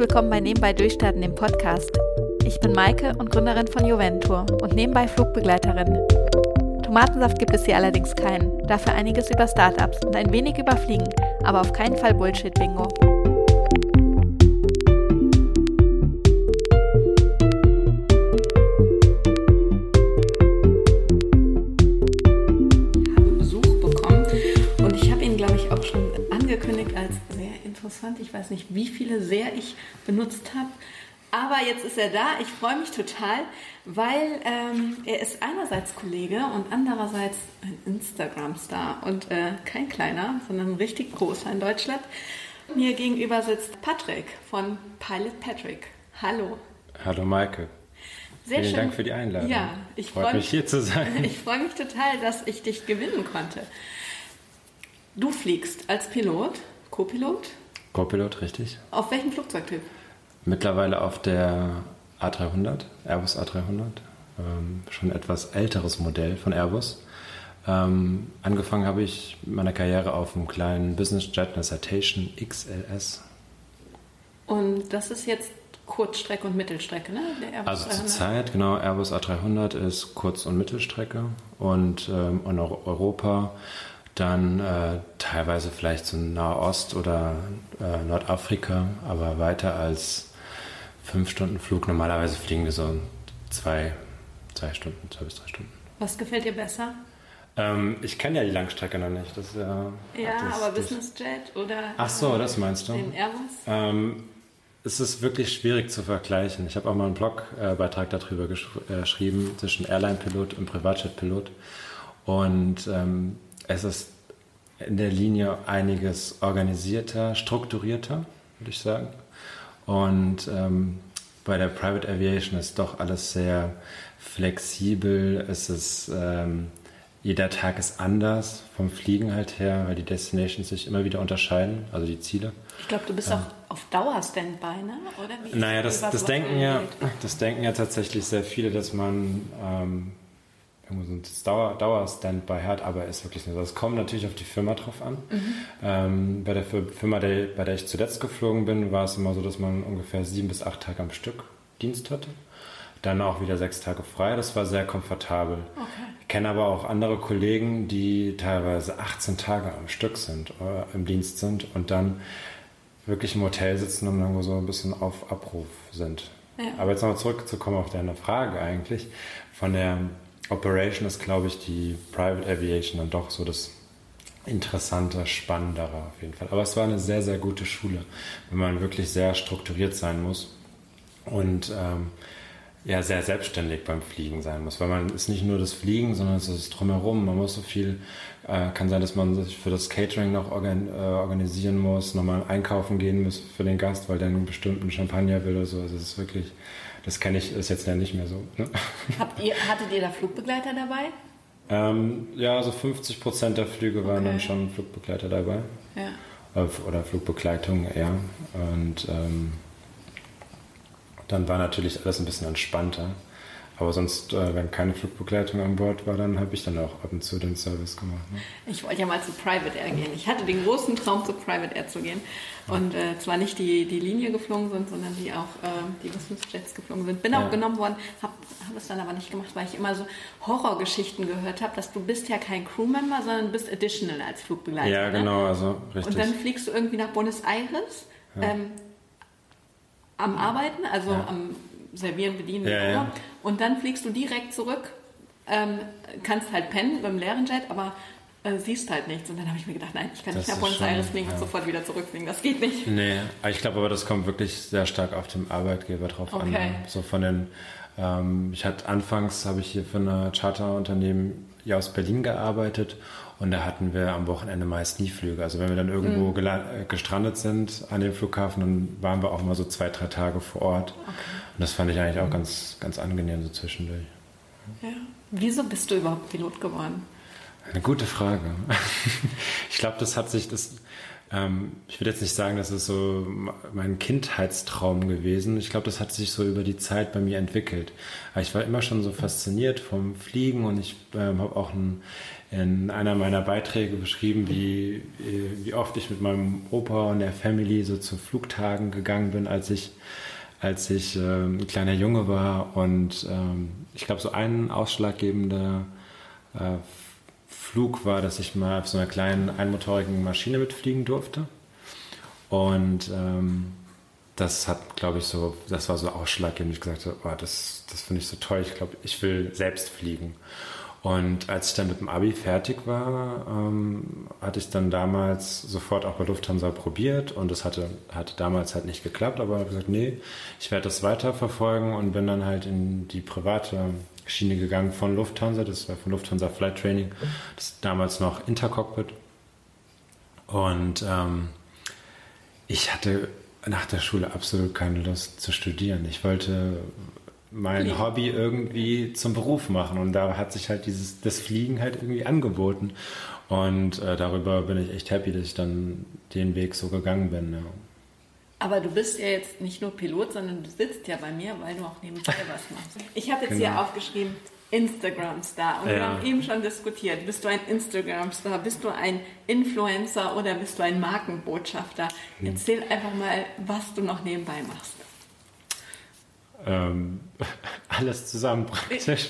willkommen bei Nebenbei Durchstarten, dem Podcast. Ich bin Maike und Gründerin von Juventur und nebenbei Flugbegleiterin. Tomatensaft gibt es hier allerdings keinen, dafür einiges über Startups und ein wenig über Fliegen, aber auf keinen Fall Bullshit-Bingo. Ich habe Besuch bekommen und ich habe ihn, glaube ich, auch schon angekündigt als sehr interessant. Ich weiß nicht, wie viele sehr ich benutzt habe. Aber jetzt ist er da. Ich freue mich total, weil er ist einerseits Kollege und andererseits ein Instagram-Star. Und kein kleiner, sondern ein richtig großer in Deutschland. Mir gegenüber sitzt Patrick von Pilot Patrick. Hallo. Hallo Maike. Sehr Vielen schön. Dank für die Einladung. Ja, ich freue mich hier zu sein. Ich freue mich total, dass ich dich gewinnen konnte. Du fliegst als Pilot, Co-Pilot. Co-Pilot, richtig. Auf welchem Flugzeugtyp? Mittlerweile auf der A300, Airbus A300. Schon etwas älteres Modell von Airbus. Angefangen habe ich meine Karriere auf einem kleinen Business Jet, einer Citation XLS. Und das ist jetzt Kurzstrecke und Mittelstrecke, ne? Der Airbus Also 300. zurzeit, genau, Airbus A300 ist Kurz- und Mittelstrecke und in Europa dann teilweise vielleicht so Nahost oder Nordafrika, aber weiter als 5 Stunden Flug. Normalerweise fliegen wir so 2 Stunden, 2 bis 3 Stunden. Was gefällt dir besser? Ich kenne ja die Langstrecke noch nicht. Das ist Ja, aber Business Jet oder Ach so, das meinst du? den Airbus? Es ist wirklich schwierig zu vergleichen. Ich habe auch mal einen Blogbeitrag darüber geschrieben, zwischen Airline-Pilot und Privatjet-Pilot. Und es ist in der Linie einiges organisierter, strukturierter, würde ich sagen. Und bei der Private Aviation ist doch alles sehr flexibel. Es ist, jeder Tag ist anders vom Fliegen halt her, weil die Destinations sich immer wieder unterscheiden, also die Ziele. Ich glaube, du bist auch auf Dauer-Standby, ne? Oder wie Naja, das denken ja tatsächlich sehr viele, dass man irgendwo so ein Dauer-Standby hat, aber ist wirklich nicht so. Das kommt natürlich auf die Firma drauf an. Bei der Firma, bei der ich zuletzt geflogen bin, war es immer so, dass man ungefähr 7 bis 8 Tage am Stück Dienst hatte. Dann auch wieder 6 Tage frei. Das war sehr komfortabel. Okay. Ich kenne aber auch andere Kollegen, die teilweise 18 Tage am Stück sind, im Dienst sind und dann wirklich im Hotel sitzen und irgendwo so ein bisschen auf Abruf sind. Ja. Aber jetzt nochmal zurückzukommen auf deine Frage eigentlich. Von der Operation ist, glaube ich, die Private Aviation dann doch so das Interessante, Spannendere auf jeden Fall. Aber es war eine sehr, sehr gute Schule, wenn man wirklich sehr strukturiert sein muss und sehr selbstständig beim Fliegen sein muss. Weil man ist nicht nur das Fliegen, sondern es ist drumherum. Man muss so viel, kann sein, dass man sich für das Catering noch organisieren muss, nochmal einkaufen gehen muss für den Gast, weil der einen bestimmten Champagner will oder so. Also es ist wirklich, das kenne ich, ist jetzt ja nicht mehr so. Ne? Hattet ihr da Flugbegleiter dabei? So 50% der Flüge waren dann schon Flugbegleiter dabei. Ja. Oder Flugbegleitung eher. Und dann war natürlich alles ein bisschen entspannter. Aber sonst, wenn keine Flugbegleitung an Bord war, dann habe ich dann auch ab und zu den Service gemacht. Ne? Ich wollte ja mal zu Private Air gehen. Ich hatte den großen Traum, zu Private Air zu gehen. Und zwar nicht die Linie geflogen sind, sondern die auch die Business Jets geflogen sind. Bin auch genommen worden, habe es dann aber nicht gemacht, weil ich immer so Horrorgeschichten gehört habe, dass du bist ja kein Crewmember, sondern bist additional als Flugbegleiter. Ja, genau, also richtig. Und dann fliegst du irgendwie nach Buenos Aires am Arbeiten, also am Servieren, Bedienen, und dann fliegst du direkt zurück, kannst halt pennen beim leeren Jet, aber siehst halt nichts. Und dann habe ich mir gedacht, nein, ich kann nicht nach Buenos Aires fliegen und sofort wieder zurückfliegen, das geht nicht. Nee, ich glaube aber, das kommt wirklich sehr stark auf den Arbeitgeber drauf an. So von den, habe ich hier für ein Charterunternehmen hier aus Berlin gearbeitet und da hatten wir am Wochenende meist nie Flüge. Also wenn wir dann irgendwo gestrandet sind an dem Flughafen, dann waren wir auch mal so 2-3 Tage vor Ort. Okay. Und das fand ich eigentlich auch ganz, ganz angenehm so zwischendurch. Ja. Wieso bist du überhaupt Pilot geworden? Eine gute Frage. Ich glaube, das hat sich Ich würde jetzt nicht sagen, das ist so mein Kindheitstraum gewesen. Ich glaube, das hat sich so über die Zeit bei mir entwickelt. Aber ich war immer schon so fasziniert vom Fliegen und ich habe auch in einer meiner Beiträge beschrieben, wie oft ich mit meinem Opa und der Family so zu Flugtagen gegangen bin, als ich ein kleiner Junge war. Und ich glaube, so ein ausschlaggebender Flug war, dass ich mal auf so einer kleinen einmotorigen Maschine mitfliegen durfte. Und das hat, glaube ich, das war so ausschlaggebend. Ich gesagt habe, oh, das finde ich so toll. Ich glaube, ich will selbst fliegen. Und als ich dann mit dem Abi fertig war, hatte ich dann damals sofort auch bei Lufthansa probiert und das hatte damals halt nicht geklappt, aber ich habe gesagt, nee, ich werde das weiterverfolgen und bin dann halt in die private Schiene gegangen von Lufthansa, das war von Lufthansa Flight Training, das ist damals noch Intercockpit. Und ich hatte nach der Schule absolut keine Lust zu studieren. Ich wollte mein Hobby irgendwie zum Beruf machen und da hat sich halt das Fliegen halt irgendwie angeboten und darüber bin ich echt happy, dass ich dann den Weg so gegangen bin. Ja. Aber du bist ja jetzt nicht nur Pilot, sondern du sitzt ja bei mir, weil du auch nebenbei was machst. Ich habe jetzt hier aufgeschrieben, Instagram-Star und wir haben eben schon diskutiert, bist du ein Instagram-Star, bist du ein Influencer oder bist du ein Markenbotschafter? Erzähl einfach mal, was du noch nebenbei machst. Alles zusammen praktisch.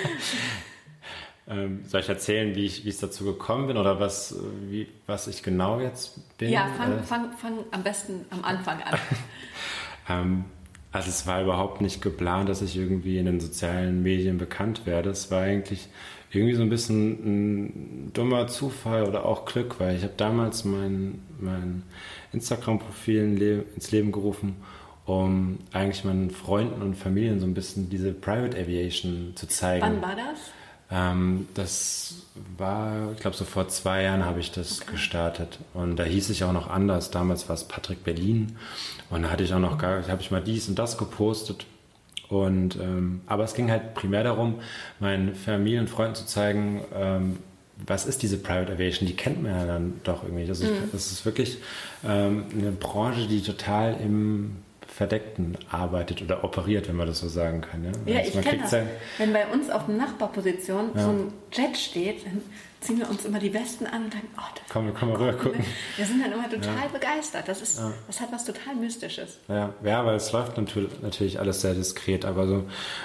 Soll ich erzählen, wie ich dazu gekommen bin oder was ich genau jetzt bin? Ja, fang am besten am Anfang an. Also es war überhaupt nicht geplant, dass ich irgendwie in den sozialen Medien bekannt werde. Es war eigentlich irgendwie so ein bisschen ein dummer Zufall oder auch Glück, weil ich habe damals mein Instagram-Profil ins Leben gerufen, um eigentlich meinen Freunden und Familien so ein bisschen diese Private Aviation zu zeigen. Wann war das? Das war, ich glaube, so vor 2 Jahren habe ich das gestartet. Und da hieß ich auch noch anders. Damals war es Patrick Berlin. Und da habe ich mal dies und das gepostet. Und, aber es ging halt primär darum, meinen Familien und Freunden zu zeigen, was ist diese Private Aviation? Die kennt man ja dann doch irgendwie. Das ist wirklich eine Branche, die total im Verdeckten arbeitet oder operiert, wenn man das so sagen kann. Ja, also ich kenne das. Wenn bei uns auf der Nachbarposition so ein Jet steht, dann ziehen wir uns immer die Westen an und sagen, oh, das komm mal rüber gucken. Wir sind dann immer total begeistert. Das hat was total Mystisches. Ja, weil es läuft natürlich alles sehr diskret, aber so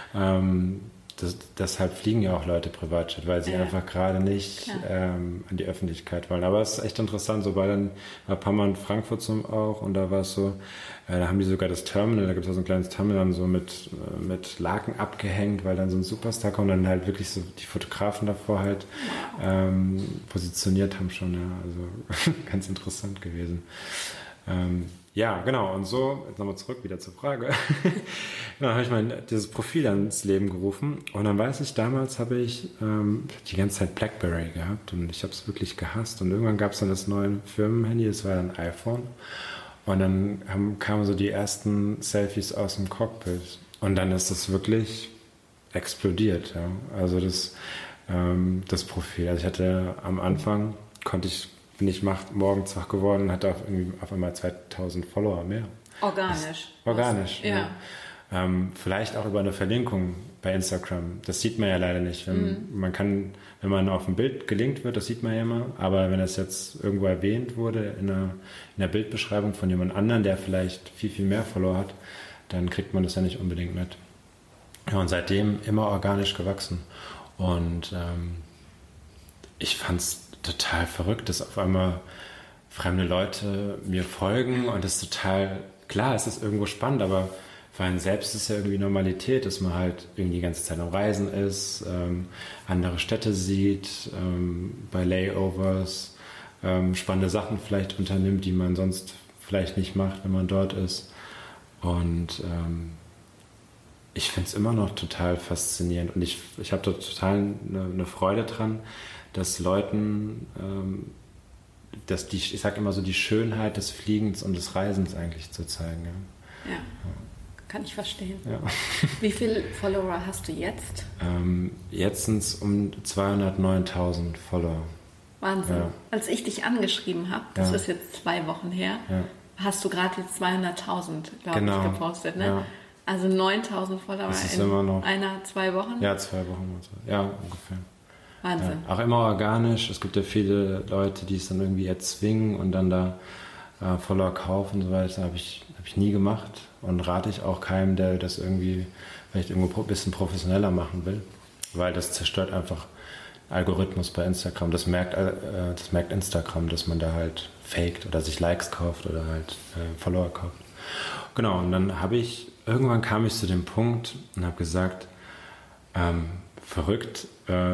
deshalb fliegen ja auch Leute Privatjet, weil sie einfach gerade nicht an die Öffentlichkeit wollen. Aber es ist echt interessant, so war dann ein paar Mal in Frankfurt auch und da war es so, da haben die sogar das Terminal, da gibt es so ein kleines Terminal dann so mit Laken abgehängt, weil dann so ein Superstar kommt und dann halt wirklich so die Fotografen davor halt positioniert haben schon, ja, also ganz interessant gewesen. Ja, genau. Und so, jetzt nochmal zurück wieder zur Frage. Dann habe ich dieses Profil dann ins Leben gerufen. Und dann weiß ich, damals habe ich die ganze Zeit BlackBerry gehabt. Und ich habe es wirklich gehasst. Und irgendwann gab es dann das neue Firmenhandy, das war dann iPhone. Und dann kamen so die ersten Selfies aus dem Cockpit. Und dann ist das wirklich explodiert. Ja. Also das Profil. Also ich hatte am Anfang, bin ich morgens wach geworden und hatte auf einmal 2000 Follower mehr. Organisch, ja. Vielleicht auch über eine Verlinkung bei Instagram. Das sieht man ja leider nicht. Wenn man auf ein Bild gelinkt wird, das sieht man ja immer. Aber wenn es jetzt irgendwo erwähnt wurde in einer Bildbeschreibung von jemand anderem, der vielleicht viel, viel mehr Follower hat, dann kriegt man das ja nicht unbedingt mit. Ja, und seitdem immer organisch gewachsen. Und ich fand es total verrückt, dass auf einmal fremde Leute mir folgen und das ist total, klar, es ist irgendwo spannend, aber für einen selbst ist es ja irgendwie Normalität, dass man halt irgendwie die ganze Zeit am Reisen ist, andere Städte sieht, bei Layovers spannende Sachen vielleicht unternimmt, die man sonst vielleicht nicht macht, wenn man dort ist. Und ich finde es immer noch total faszinierend und ich habe da total eine Freude dran, dass Leuten, ich sage immer so, die Schönheit des Fliegens und des Reisens eigentlich zu zeigen. Ja. Kann ich verstehen. Ja. Wie viele Follower hast du jetzt? Jetzt sind es um 209.000 Follower. Wahnsinn. Ja. Als ich dich angeschrieben habe, das ist jetzt 2 Wochen her, hast du gerade jetzt 200.000, glaube ich, gepostet. Ne? Ja. Also 9.000 Follower in 2 Wochen? Ja, 2 Wochen. Ja, ungefähr. Wahnsinn. Ja, auch immer organisch. Es gibt ja viele Leute, die es dann irgendwie erzwingen und dann da Follower kaufen und so weiter. Habe ich nie gemacht und rate ich auch keinem, der das irgendwie vielleicht irgendwo ein bisschen professioneller machen will, weil das zerstört einfach Algorithmus bei Instagram. Das merkt Instagram, dass man da halt faked oder sich Likes kauft oder halt Follower kauft. Genau, und dann irgendwann kam ich zu dem Punkt und habe gesagt, verrückt,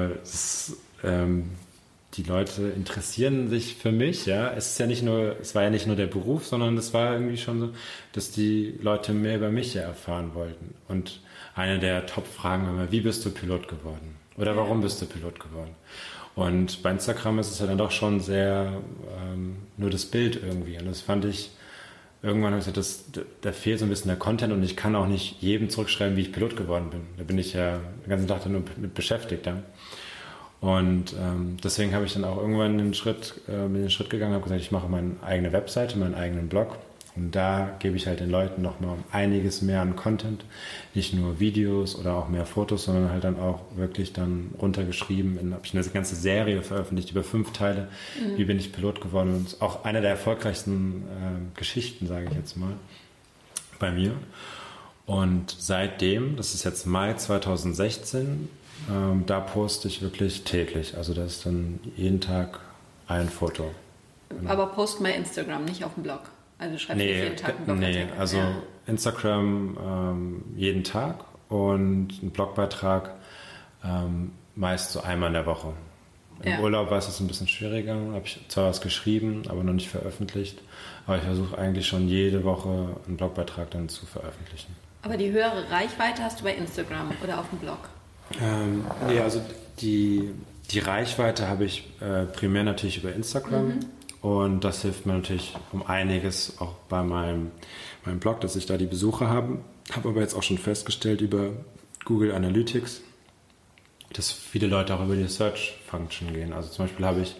die Leute interessieren sich für mich, ja. Es war ja nicht nur der Beruf, sondern es war irgendwie schon so, dass die Leute mehr über mich ja erfahren wollten. Und eine der Top-Fragen war immer, wie bist du Pilot geworden? Oder warum bist du Pilot geworden? Und bei Instagram ist es ja dann doch schon sehr nur das Bild irgendwie. Und das fand ich, irgendwann habe ich gesagt, da fehlt so ein bisschen der Content und ich kann auch nicht jedem zurückschreiben, wie ich Pilot geworden bin. Da bin ich ja den ganzen Tag nur mit beschäftigt. Ja. Und deswegen habe ich dann auch irgendwann bin den Schritt gegangen und habe gesagt, ich mache meine eigene Webseite, meinen eigenen Blog. Und da gebe ich halt den Leuten nochmal einiges mehr an Content. Nicht nur Videos oder auch mehr Fotos, sondern halt dann auch wirklich dann runtergeschrieben. Habe ich eine ganze Serie veröffentlicht über 5 Teile. Wie bin ich Pilot geworden? Und auch eine der erfolgreichsten Geschichten, sage ich jetzt mal, bei mir. Und seitdem, das ist jetzt Mai 2016, da poste ich wirklich täglich. Also das ist dann jeden Tag ein Foto. Genau. Aber post bei Instagram, nicht auf dem Blog. Also schreibst du jeden Tag einen Blogartikel? Nee, also Instagram jeden Tag und ein Blogbeitrag meist so einmal in der Woche. Im Urlaub war es jetzt ein bisschen schwieriger, habe ich zwar was geschrieben, aber noch nicht veröffentlicht. Aber ich versuche eigentlich schon jede Woche einen Blogbeitrag dann zu veröffentlichen. Aber die höhere Reichweite hast du bei Instagram oder auf dem Blog? Nee, also die Reichweite habe ich primär natürlich über Instagram. Und das hilft mir natürlich um einiges auch bei meinem Blog, dass ich da die Besucher habe. Habe aber jetzt auch schon festgestellt über Google Analytics, dass viele Leute auch über die Search Function gehen. Also zum Beispiel habe ich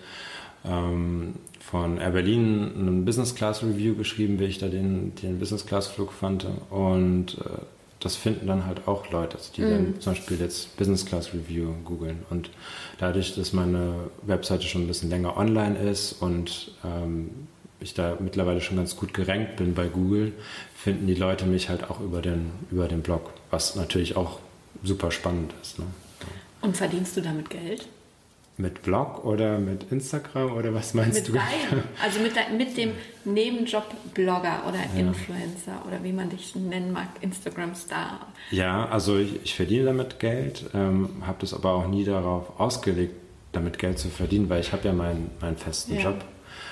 von Air Berlin einen Business Class Review geschrieben, wie ich da den Business Class Flug fand. Und das finden dann halt auch Leute, die dann zum Beispiel jetzt Business Class Review googeln. Und dadurch, dass meine Webseite schon ein bisschen länger online ist und ich da mittlerweile schon ganz gut gerankt bin bei Google, finden die Leute mich halt auch über den Blog, was natürlich auch super spannend ist. Ne? Und verdienst du damit Geld? Mit Blog oder mit Instagram oder was meinst du? Mit beiden. Also mit dem Nebenjob Blogger oder Influencer oder wie man dich nennen mag, Instagram-Star. Ja, also ich verdiene damit Geld, habe das aber auch nie darauf ausgelegt, damit Geld zu verdienen, weil ich habe ja meinen festen Job.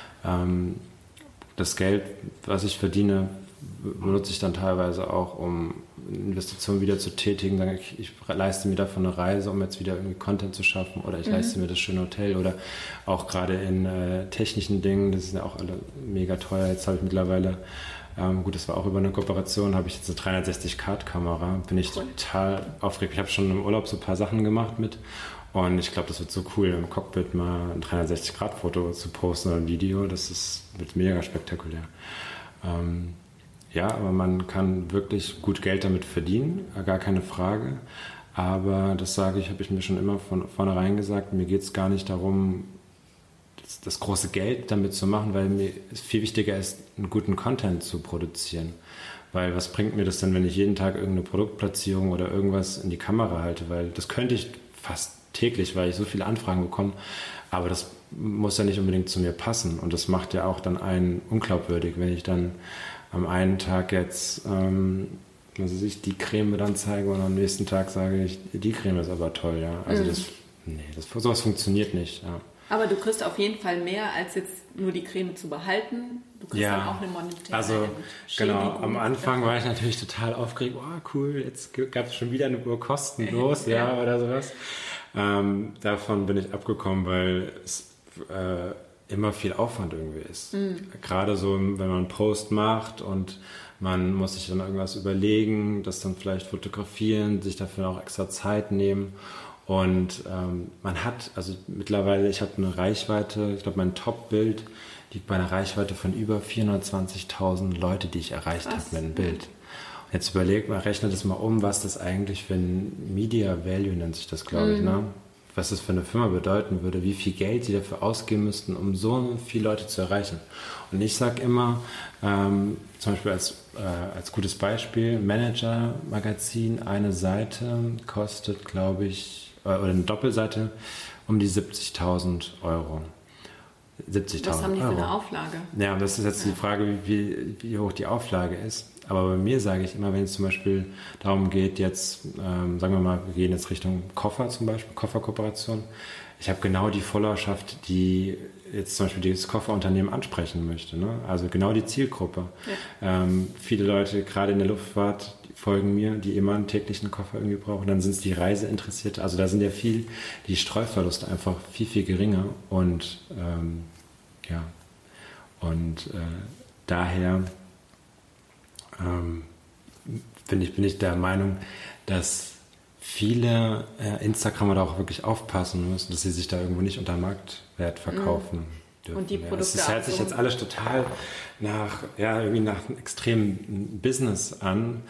Das Geld, was ich verdiene, benutze ich dann teilweise auch, um Investitionen wieder zu tätigen. Ich leiste mir davon eine Reise, um jetzt wieder irgendwie Content zu schaffen, oder ich leiste mir das schöne Hotel oder auch gerade in technischen Dingen, das ist ja auch alle mega teuer. Jetzt habe ich mittlerweile, gut, das war auch über eine Kooperation, habe ich jetzt eine 360-Grad-Kamera, bin ich total aufgeregt. Ich habe schon im Urlaub so ein paar Sachen gemacht mit und ich glaube, das wird so cool, im Cockpit mal ein 360-Grad-Foto zu posten oder ein Video, wird mega spektakulär. Ja, aber man kann wirklich gut Geld damit verdienen, gar keine Frage. Aber das habe ich mir schon immer von vornherein gesagt, mir geht es gar nicht darum, das große Geld damit zu machen, weil mir viel wichtiger ist, einen guten Content zu produzieren. Weil was bringt mir das denn, wenn ich jeden Tag irgendeine Produktplatzierung oder irgendwas in die Kamera halte? Weil das könnte ich fast täglich, weil ich so viele Anfragen bekomme. Aber das muss ja nicht unbedingt zu mir passen. Und das macht ja auch dann einen unglaubwürdig, wenn ich dann am einen Tag jetzt die Creme dann zeige und am nächsten Tag sage ich, die Creme ist aber toll, ja. Also sowas funktioniert nicht, ja. Aber du kriegst auf jeden Fall mehr, als jetzt nur die Creme zu behalten. Du kriegst dann auch eine monetäre genau, am Anfang war ich natürlich total aufgeregt, cool, jetzt gab es schon wieder eine Uhr kostenlos, oder sowas. Davon bin ich abgekommen, weil es immer viel Aufwand irgendwie ist. Gerade so, wenn man einen Post macht und man muss sich dann irgendwas überlegen, das dann vielleicht fotografieren, sich dafür auch extra Zeit nehmen. Und man hat, also mittlerweile, ich habe eine Reichweite, ich glaube mein Top-Bild liegt bei einer Reichweite von über 420.000 Leute, die ich erreicht habe mit einem Bild. Und jetzt rechnet das mal um, was das eigentlich für ein Media Value nennt sich das, glaube ich, ne? Was das für eine Firma bedeuten würde, wie viel Geld sie dafür ausgeben müssten, um so viele Leute zu erreichen. Und ich sage immer, zum Beispiel als gutes Beispiel, Manager-Magazin, eine Seite kostet, glaube ich, oder eine Doppelseite um die 70.000 Euro. 70.000 Was haben die für eine Auflage? Ja, das ist jetzt die Frage, wie hoch die Auflage ist. Aber bei mir sage ich immer, wenn es zum Beispiel darum geht, jetzt, sagen wir mal, wir gehen jetzt Richtung Koffer zum Beispiel, Kofferkooperation. Ich habe genau die Followerschaft, die jetzt zum Beispiel dieses Kofferunternehmen ansprechen möchte. Ne? Also genau die Zielgruppe. Ja. Viele Leute, gerade in der Luftfahrt, die folgen mir, die immer einen täglichen Koffer irgendwie brauchen. Dann sind es die Reiseinteressierte. Also da sind ja die Streuverluste einfach viel, viel geringer. Und daher bin ich der Meinung, dass viele Instagramer da auch wirklich aufpassen müssen, dass sie sich da irgendwo nicht unter Marktwert verkaufen dürfen. Und die Produkte das hört sich jetzt alles total nach einem extremen Business an,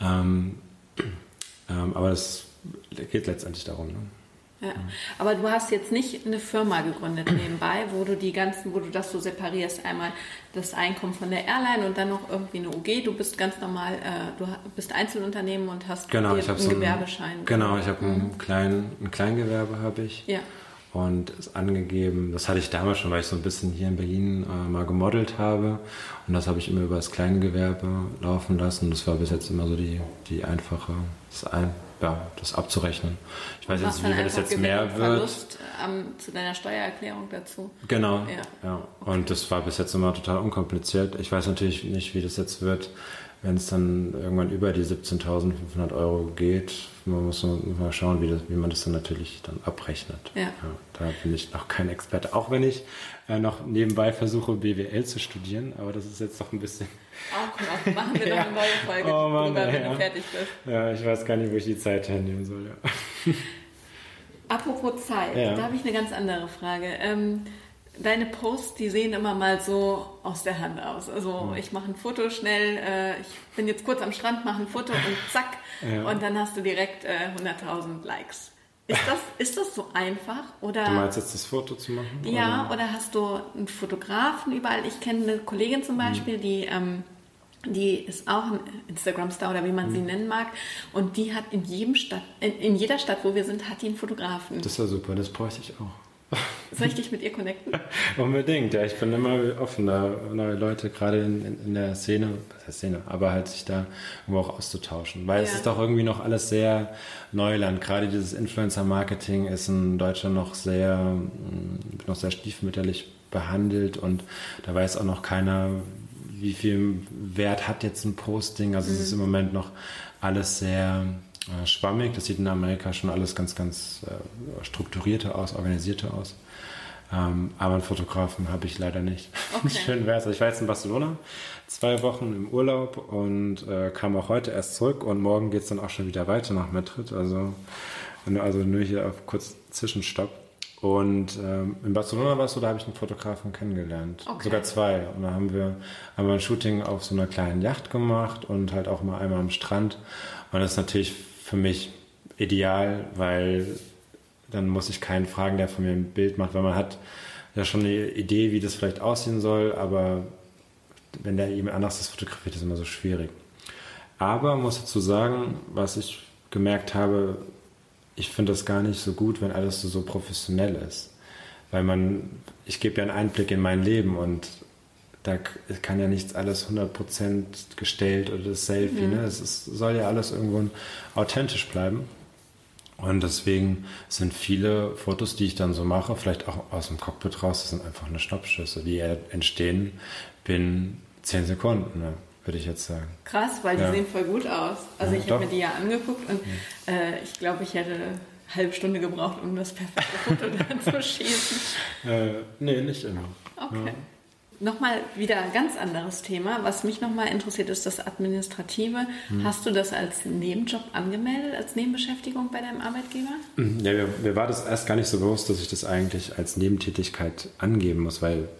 aber das geht letztendlich darum. Ne? Ja. Aber du hast jetzt nicht eine Firma gegründet nebenbei, wo du das so separierst, einmal das Einkommen von der Airline und dann noch irgendwie eine UG. Du bist ganz normal, du bist Einzelunternehmen und hast einen Gewerbeschein. Genau, ich habe ein Kleingewerbe habe ich. Ja. Und ist angegeben, das hatte ich damals schon, weil ich so ein bisschen hier in Berlin mal gemodelt habe. Und das habe ich immer über das Kleingewerbe laufen lassen. Das war bis jetzt immer so die einfache, das abzurechnen. Ich weiß jetzt nicht, wie das jetzt mehr wird. Verlust zu deiner Steuererklärung dazu. Genau, ja. Okay. Und das war bis jetzt immer total unkompliziert. Ich weiß natürlich nicht, wie das jetzt wird, wenn es dann irgendwann über die 17.500 Euro geht. Man muss mal schauen, wie man das dann natürlich dann abrechnet. Ja. Da bin ich noch kein Experte. Auch wenn ich noch nebenbei versuche, BWL zu studieren. Aber das ist jetzt doch ein bisschen... Auch noch. Machen wir noch eine neue Folge, wenn du fertig bist. Ja, ich weiß gar nicht, wo ich die Zeit hernehmen soll. Ja. Apropos Zeit, da habe ich eine ganz andere Frage. Deine Posts, die sehen immer mal so aus der Hand aus. Also ich mache ein Foto schnell, ich bin jetzt kurz am Strand, mache ein Foto und zack, und dann hast du direkt 100.000 Likes. Ist das so einfach? Oder, du meinst jetzt das Foto zu machen? Ja, oder hast du einen Fotografen überall? Ich kenne eine Kollegin zum Beispiel, die ist auch ein Instagram-Star oder wie man sie nennen mag. Und die hat in jeder Stadt, wo wir sind, hat die einen Fotografen. Das ist ja super, das bräuchte ich auch. Soll ich dich mit ihr connecten? Unbedingt, ja. Ich bin immer offen, da neue Leute gerade in der Szene, was heißt Szene, aber halt sich da irgendwo auch auszutauschen. Weil es ist doch irgendwie noch alles sehr Neuland. Gerade dieses Influencer-Marketing ist in Deutschland noch sehr stiefmütterlich behandelt und da weiß auch noch keiner, wie viel Wert hat jetzt ein Posting. Also es ist im Moment noch alles sehr schwammig. Das sieht in Amerika schon alles ganz, ganz strukturierter aus, organisierter aus. Aber einen Fotografen habe ich leider nicht. Okay. Schön wär's. Also ich war jetzt in Barcelona 2 Wochen im Urlaub und kam auch heute erst zurück und morgen geht es dann auch schon wieder weiter nach Madrid. Also nur hier auf kurz Zwischenstopp. Und in Barcelona war es so, da habe ich einen Fotografen kennengelernt. Okay. Sogar 2. Und da haben wir ein Shooting auf so einer kleinen Yacht gemacht und halt auch mal einmal am Strand. Und das ist natürlich für mich ideal, weil dann muss ich keinen fragen, der von mir ein Bild macht, weil man hat ja schon eine Idee, wie das vielleicht aussehen soll, aber wenn der jemand anders das fotografiert, ist immer so schwierig. Aber muss dazu sagen, was ich gemerkt habe, ich finde das gar nicht so gut, wenn alles so professionell ist. Weil ich gebe ja einen Einblick in mein Leben und da kann ja nichts alles 100% gestellt oder das Selfie. Ne? Soll ja alles irgendwo authentisch bleiben. Und deswegen sind viele Fotos, die ich dann so mache, vielleicht auch aus dem Cockpit raus, das sind einfach eine Schnappschüsse, die entstehen binnen 10 Sekunden, ne? Würde ich jetzt sagen. Krass, weil die sehen voll gut aus. Also ich habe mir die ja angeguckt und ich glaube, ich hätte eine halbe Stunde gebraucht, um das perfekte Foto dann zu schießen. Nee, nicht immer. Okay. Nochmal wieder ein ganz anderes Thema. Was mich nochmal interessiert, ist das Administrative. Hast du das als Nebenjob angemeldet, als Nebenbeschäftigung bei deinem Arbeitgeber? Ja, mir war das erst gar nicht so bewusst, dass ich das eigentlich als Nebentätigkeit angeben muss, weil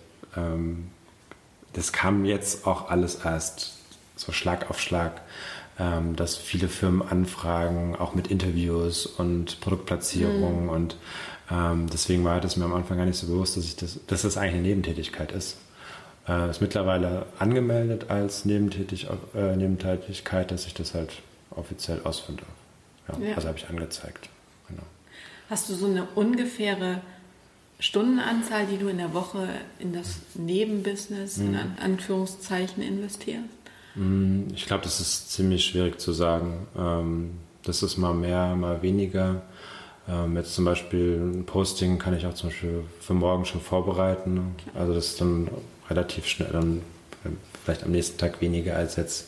das kam jetzt auch alles erst so Schlag auf Schlag, dass viele Firmen anfragen, auch mit Interviews und Produktplatzierung und deswegen war das mir am Anfang gar nicht so bewusst, dass das eigentlich eine Nebentätigkeit ist. Ist mittlerweile angemeldet als Nebentätigkeit, dass ich das halt offiziell ausführen darf. Ja. Also habe ich angezeigt. Genau. Hast du so eine ungefähre Stundenanzahl, die du in der Woche in das Nebenbusiness, in Anführungszeichen, investierst? Ich glaube, das ist ziemlich schwierig zu sagen. Das ist mal mehr, mal weniger. Jetzt zum Beispiel ein Posting kann ich auch zum Beispiel für morgen schon vorbereiten. Also das ist dann relativ schnell, dann vielleicht am nächsten Tag weniger als jetzt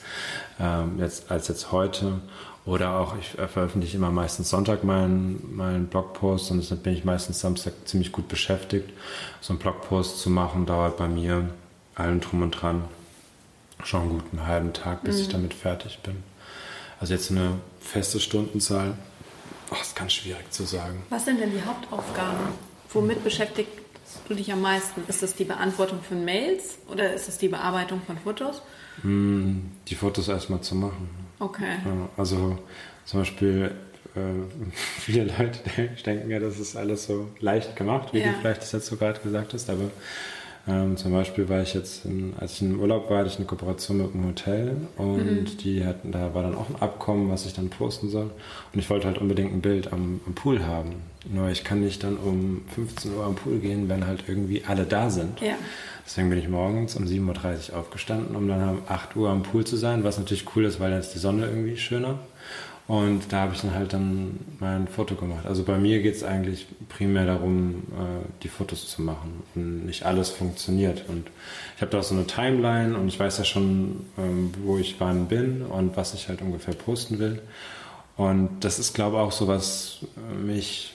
heute. Oder auch, ich veröffentliche immer meistens Sonntag meinen Blogpost und dann bin ich meistens Samstag ziemlich gut beschäftigt. So einen Blogpost zu machen dauert bei mir allem drum und dran schon einen guten halben Tag, bis ich damit fertig bin. Also jetzt eine feste Stundenzahl, ist ganz schwierig zu sagen. Was sind denn die Hauptaufgaben? Womit beschäftigst du dich am meisten? Ist das die Beantwortung von Mails oder ist es die Bearbeitung von Fotos? Die Fotos erstmal zu machen. Okay. Also zum Beispiel viele Leute denken ja, das ist alles so leicht gemacht, wie du vielleicht das jetzt so gerade gesagt hast, aber zum Beispiel war ich jetzt, als ich im Urlaub war, hatte ich eine Kooperation mit einem Hotel und da war dann auch ein Abkommen, was ich dann posten soll. Und ich wollte halt unbedingt ein Bild am Pool haben. Nur ich kann nicht dann um 15 Uhr am Pool gehen, wenn halt irgendwie alle da sind. Ja. Deswegen bin ich morgens um 7.30 Uhr aufgestanden, um dann um 8 Uhr am Pool zu sein, was natürlich cool ist, weil dann ist die Sonne irgendwie schöner. Und da habe ich dann halt mein Foto gemacht. Also bei mir geht es eigentlich primär darum, die Fotos zu machen. Und nicht alles funktioniert. Und ich habe da auch so eine Timeline und ich weiß ja schon, wo ich wann bin und was ich halt ungefähr posten will. Und das ist, glaube ich, auch so, was mich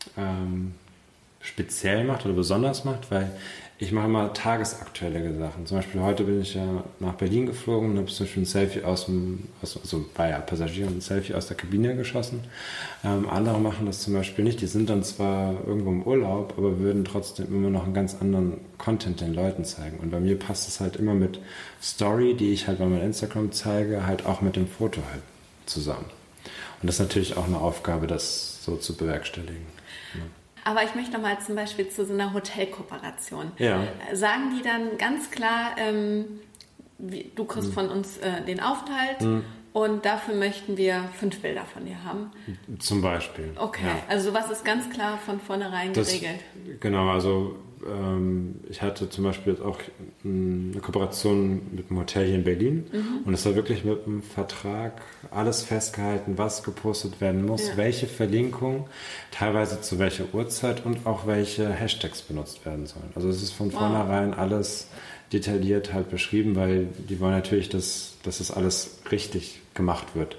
speziell macht oder besonders macht, weil ich mache immer tagesaktuelle Sachen. Zum Beispiel heute bin ich ja nach Berlin geflogen und habe zum Beispiel ein Selfie war ja Passagier, ein Selfie aus der Kabine geschossen. Andere machen das zum Beispiel nicht. Die sind dann zwar irgendwo im Urlaub, aber würden trotzdem immer noch einen ganz anderen Content den Leuten zeigen. Und bei mir passt es halt immer mit Story, die ich halt bei meinem Instagram zeige, halt auch mit dem Foto halt zusammen. Und das ist natürlich auch eine Aufgabe, das so zu bewerkstelligen. Ja. Aber ich möchte noch mal zum Beispiel zu so einer Hotelkooperation. Ja. Sagen die dann ganz klar, du kriegst von uns den Aufenthalt und dafür möchten wir 5 Bilder von dir haben? Zum Beispiel. Okay, ja. Also sowas ist ganz klar von vornherein geregelt. Genau, also ich hatte zum Beispiel jetzt auch eine Kooperation mit einem Hotel hier in Berlin und es war wirklich mit einem Vertrag alles festgehalten, was gepostet werden muss, welche Verlinkung, teilweise zu welcher Uhrzeit und auch welche Hashtags benutzt werden sollen. Also es ist von vornherein alles detailliert halt beschrieben, weil die wollen natürlich, dass das alles richtig gemacht wird.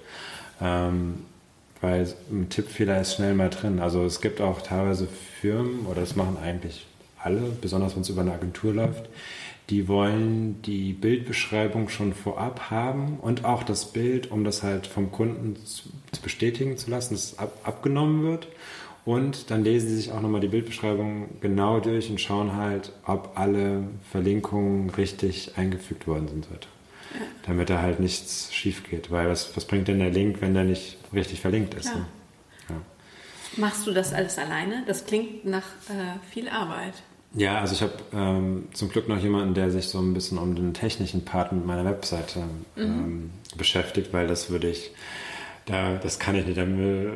Weil ein Tippfehler ist schnell mal drin. Also es gibt auch teilweise Firmen, oder das machen eigentlich alle, besonders wenn es über eine Agentur läuft, die wollen die Bildbeschreibung schon vorab haben und auch das Bild, um das halt vom Kunden zu bestätigen zu lassen, dass es abgenommen wird. Und dann lesen sie sich auch nochmal die Bildbeschreibung genau durch und schauen halt, ob alle Verlinkungen richtig eingefügt worden sind. Ja. Damit da halt nichts schief geht. Weil was bringt denn der Link, wenn der nicht richtig verlinkt ist? Ne? Ja. Machst du das alles alleine? Das klingt nach viel Arbeit. Ja, also ich habe zum Glück noch jemanden, der sich so ein bisschen um den technischen Part mit meiner Webseite beschäftigt, weil das kann ich nicht.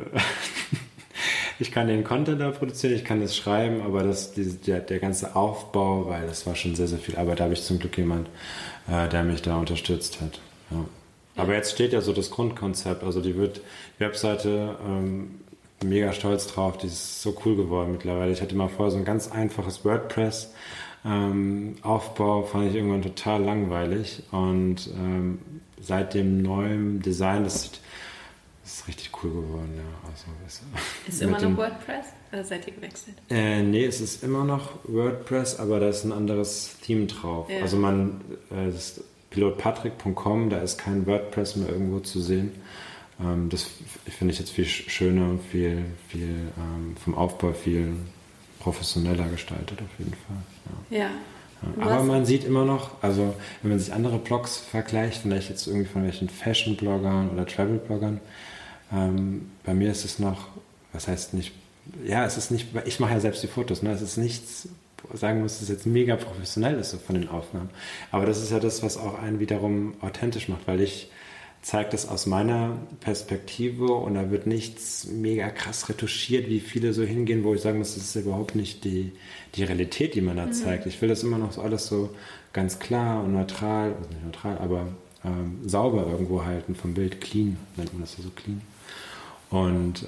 Ich kann den Content da produzieren, ich kann das schreiben, aber der ganze Aufbau, weil das war schon sehr, sehr viel Arbeit, da habe ich zum Glück jemanden, der mich da unterstützt hat. Ja. Aber jetzt steht ja so das Grundkonzept, also die Webseite, mega stolz drauf, die ist so cool geworden mittlerweile. Ich hatte mal vorher so ein ganz einfaches WordPress Aufbau, fand ich irgendwann total langweilig und seit dem neuen Design, das sieht Das ist richtig cool geworden, ja. Also, ist immer noch WordPress oder seid ihr gewechselt? Nee, es ist immer noch WordPress, aber da ist ein anderes Theme drauf. Ja. Also das pilotpatrick.com, da ist kein WordPress mehr irgendwo zu sehen. Das finde ich jetzt viel schöner und viel vom Aufbau viel professioneller gestaltet auf jeden Fall. Ja. Aber man sieht immer noch, also wenn man sich andere Blogs vergleicht, vielleicht jetzt irgendwie von welchen Fashion-Bloggern oder Travel-Bloggern, bei mir ist es noch, was heißt nicht, ja, es ist nicht, ich mache ja selbst die Fotos, ne? Es ist nichts, sagen muss, dass es jetzt mega professionell ist so von den Aufnahmen. Aber das ist ja das, was auch einen wiederum authentisch macht, weil ich zeige das aus meiner Perspektive und da wird nichts mega krass retuschiert, wie viele so hingehen, wo ich sagen muss, das ist überhaupt nicht die Realität, die man da zeigt. Ich will das immer noch so alles so ganz klar und neutral, also nicht neutral, aber sauber irgendwo halten, vom Bild clean, nennt man das ja so clean. Und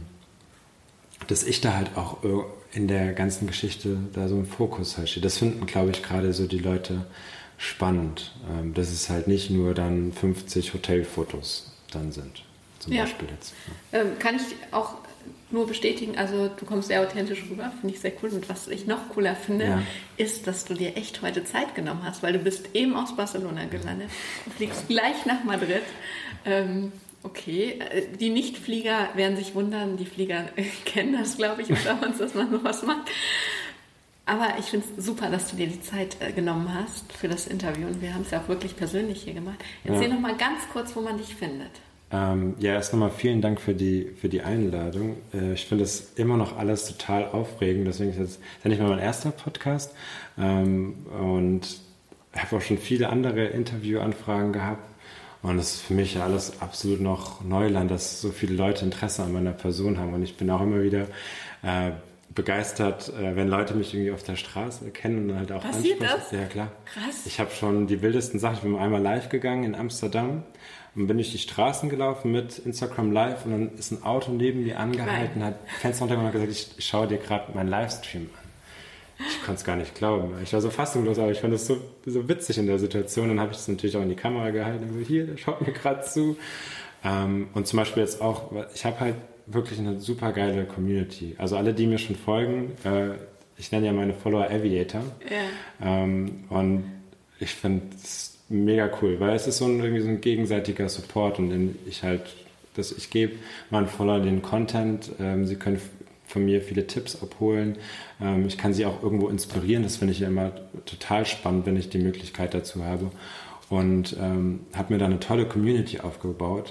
dass ich da halt auch in der ganzen Geschichte da so im Fokus halt stehe. Das finden, glaube ich, gerade so die Leute spannend, dass es halt nicht nur dann 50 Hotelfotos dann sind, zum Beispiel jetzt. Ja. Kann ich auch nur bestätigen, also du kommst sehr authentisch rüber, finde ich sehr cool. Und was ich noch cooler finde, ist, dass du dir echt heute Zeit genommen hast, weil du bist eben aus Barcelona gelandet, du fliegst gleich nach Madrid. Okay, die Nichtflieger werden sich wundern, die Flieger kennen das, glaube ich, unter uns, dass man sowas macht. Aber ich finde es super, dass du dir die Zeit genommen hast für das Interview und wir haben es ja auch wirklich persönlich hier gemacht. Erzähl noch mal ganz kurz, wo man dich findet. Erst nochmal vielen Dank für die Einladung. Ich finde es immer noch alles total aufregend, deswegen ist das ja nicht mal mein erster Podcast und habe auch schon viele andere Interviewanfragen gehabt und es ist für mich ja alles absolut noch Neuland, dass so viele Leute Interesse an meiner Person haben und ich bin auch immer wieder begeistert, wenn Leute mich irgendwie auf der Straße erkennen und halt auch ansprechen. Passiert das? Ja, klar. Krass. Ich habe schon die wildesten Sachen. Ich bin einmal live gegangen in Amsterdam und bin durch die Straßen gelaufen mit Instagram Live und dann ist ein Auto neben mir angehalten, hat Fenster runtergemacht und gesagt, ich schaue dir gerade meinen Livestream an. Ich konnte es gar nicht glauben. Ich war so fassungslos, aber ich fand es so witzig in der Situation. Dann habe ich das natürlich auch in die Kamera gehalten und so, hier, der schaut mir gerade zu. Und zum Beispiel jetzt auch, ich habe halt wirklich eine super geile Community. Also alle, die mir schon folgen, ich nenne ja meine Follower Aviator. Ja. Und ich finde es mega cool, weil es ist irgendwie so ein gegenseitiger Support und ich gebe meinen Followern den Content, sie können von mir viele Tipps abholen, ich kann sie auch irgendwo inspirieren, das finde ich ja immer total spannend, wenn ich die Möglichkeit dazu habe und habe mir da eine tolle Community aufgebaut.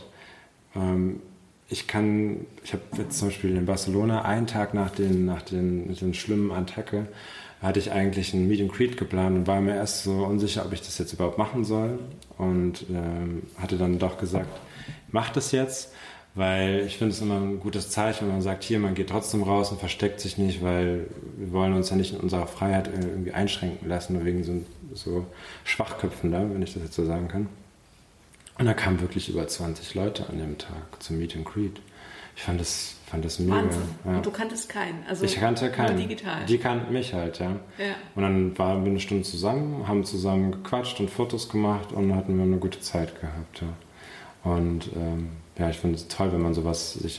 Ich habe jetzt zum Beispiel in Barcelona einen Tag nach den schlimmen Attacke hatte ich eigentlich ein Meet and Greet geplant und war mir erst so unsicher, ob ich das jetzt überhaupt machen soll und hatte dann doch gesagt, mach das jetzt, weil ich finde es immer ein gutes Zeichen, wenn man sagt, hier, man geht trotzdem raus und versteckt sich nicht, weil wir wollen uns ja nicht in unserer Freiheit irgendwie einschränken lassen, nur wegen so Schwachköpfen da, wenn ich das jetzt so sagen kann. Und da kamen wirklich über 20 Leute an dem Tag zum Meet and Greet. Ich fand das mega. Wahnsinn. Ja. Und du kanntest keinen? Also ich kannte keinen. Nur digital? Die kannten mich halt, ja. Und dann waren wir eine Stunde zusammen, haben zusammen gequatscht und Fotos gemacht und hatten wir eine gute Zeit gehabt. Ja. Und ich finde es toll, wenn man sowas sich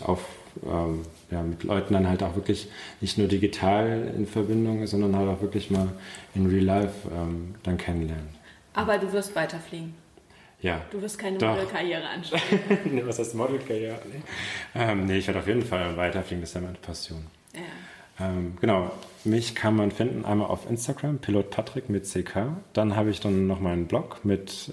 mit Leuten dann halt auch wirklich nicht nur digital in Verbindung ist, sondern halt auch wirklich mal in Real Life dann kennenlernt. Aber du wirst weiterfliegen? Ja. Du wirst keine Modelkarriere anstreben. Nee, was heißt Modelkarriere? Nee, ich werde auf jeden Fall weiterfliegen, das ist ja meine Passion. Ja. Genau, mich kann man finden einmal auf Instagram, pilotpatrick mit CK. Dann habe ich dann noch meinen Blog mit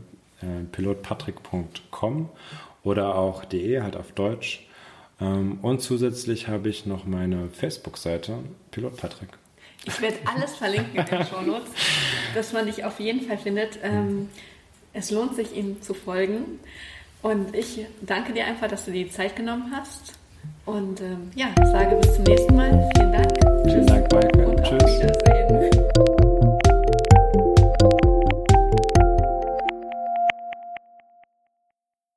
pilotpatrick.com oder auch .de, halt auf Deutsch. Und zusätzlich habe ich noch meine Facebook-Seite, Pilotpatrick. Ich werde alles verlinken in den Shownotes, dass man dich auf jeden Fall findet. Es lohnt sich, ihm zu folgen. Und ich danke dir einfach, dass du dir die Zeit genommen hast. Und sage bis zum nächsten Mal. Vielen Dank. Vielen Dank, Mike.